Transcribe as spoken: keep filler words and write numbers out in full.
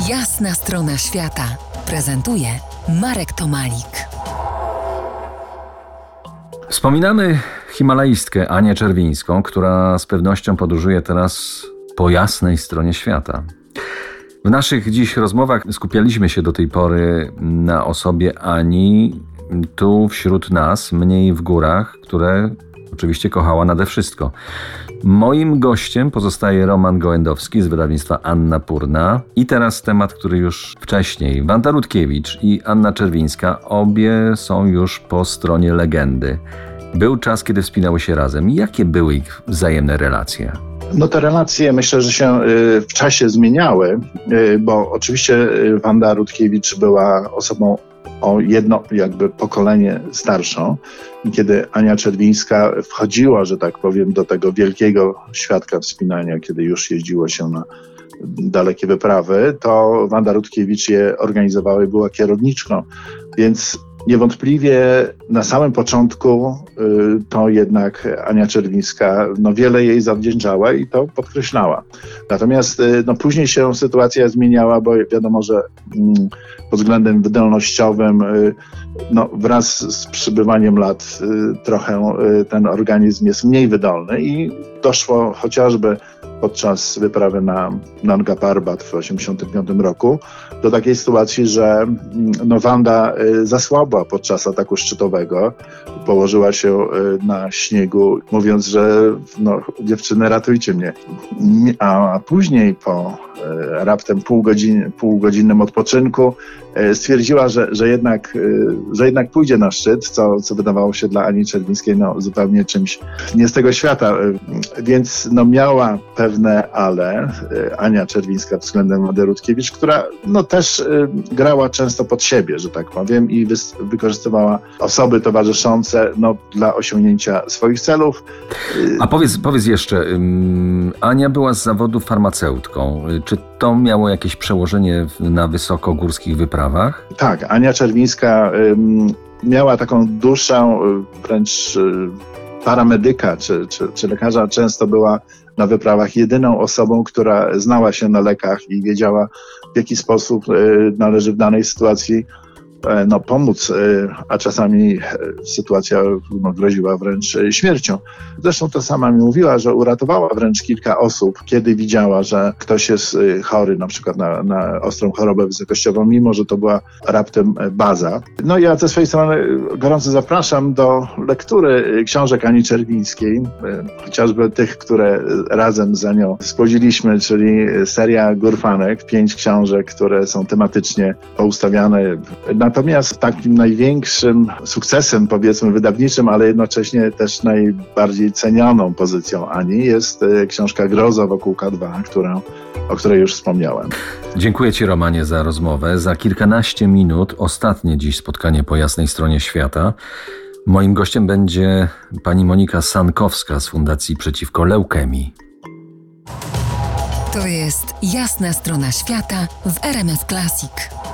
Jasna strona świata prezentuje Marek Tomalik. Wspominamy himalaistkę Anię Czerwińską, która z pewnością podróżuje teraz po jasnej stronie świata. W naszych dziś rozmowach skupialiśmy się do tej pory na osobie Ani, tu wśród nas, mniej w górach, które oczywiście kochała nade wszystko. Moim gościem pozostaje Roman Gołędowski z wydawnictwa Annapurna. I teraz temat, który już wcześniej. Wanda Rutkiewicz i Anna Czerwińska, obie są już po stronie legendy. Był czas, kiedy wspinały się razem. Jakie były ich wzajemne relacje? No te relacje myślę, że się w czasie zmieniały, bo oczywiście Wanda Rutkiewicz była osobą o jedno jakby pokolenie starszą. I kiedy Ania Czerwińska wchodziła, że tak powiem, do tego wielkiego świadka wspinania, kiedy już jeździło się na dalekie wyprawy, to Wanda Rutkiewicz je organizowała i była kierowniczką. Więc niewątpliwie na samym początku y, to jednak Ania Czerwińska no, wiele jej zawdzięczała i to podkreślała. Natomiast y, no, później się sytuacja zmieniała, bo wiadomo, że y, pod względem wydolnościowym y, no, wraz z przybywaniem lat y, trochę y, ten organizm jest mniej wydolny i doszło chociażby podczas wyprawy na Nanga Parbat w osiemdziesiątym piątym roku do takiej sytuacji, że no, Wanda y, zasłabła podczas ataku szczytowego, położyła się y, na śniegu, mówiąc, że no, dziewczyny, ratujcie mnie. A później po y, raptem pół godzin, półgodzinnym odpoczynku y, stwierdziła, że, że, jednak, y, że jednak pójdzie na szczyt, co, co wydawało się dla Ani Czerwińskiej no, zupełnie czymś nie z tego świata. Y, więc no, miała pewne ale, y, Ania Czerwińska względem Wandy Rutkiewicz, która no, też y, grała często pod siebie, że tak powiem, i wy, wykorzystywała osoby towarzyszące no, dla osiągnięcia swoich celów. A powiedz, powiedz jeszcze, um, Ania była z zawodu farmaceutką. Czy to miało jakieś przełożenie na wysokogórskich wyprawach? Tak, Ania Czerwińska um, miała taką duszę wręcz y, paramedyka czy, czy, czy lekarza. Często była na wyprawach jedyną osobą, która znała się na lekach i wiedziała, w jaki sposób y, należy w danej sytuacji y, no, pomóc, y, a czasami y, sytuacja no, groziła wręcz y, śmiercią. Zresztą to sama mi mówiła, że uratowała wręcz kilka osób, kiedy widziała, że ktoś jest y, chory, na przykład na, na ostrą chorobę wysokościową, mimo że to była raptem y, baza. No ja ze swojej strony gorąco zapraszam do lektury książek Ani Czerwińskiej, chociażby tych, które razem za nią spłodziliśmy, czyli seria Górfanek, pięć książek, które są tematycznie poustawiane. Natomiast takim największym sukcesem, powiedzmy wydawniczym, ale jednocześnie też najbardziej cenioną pozycją Ani jest książka Groza wokół K dwa, która, o której już wspomniałem. Dziękuję Ci, Romanie, za rozmowę. Za kilkanaście minut ostatnie dziś spotkanie po jasnej stronie świata. Moim gościem będzie pani Monika Sankowska z Fundacji Przeciwko Leukemii. To jest Jasna strona świata w R M F Classic.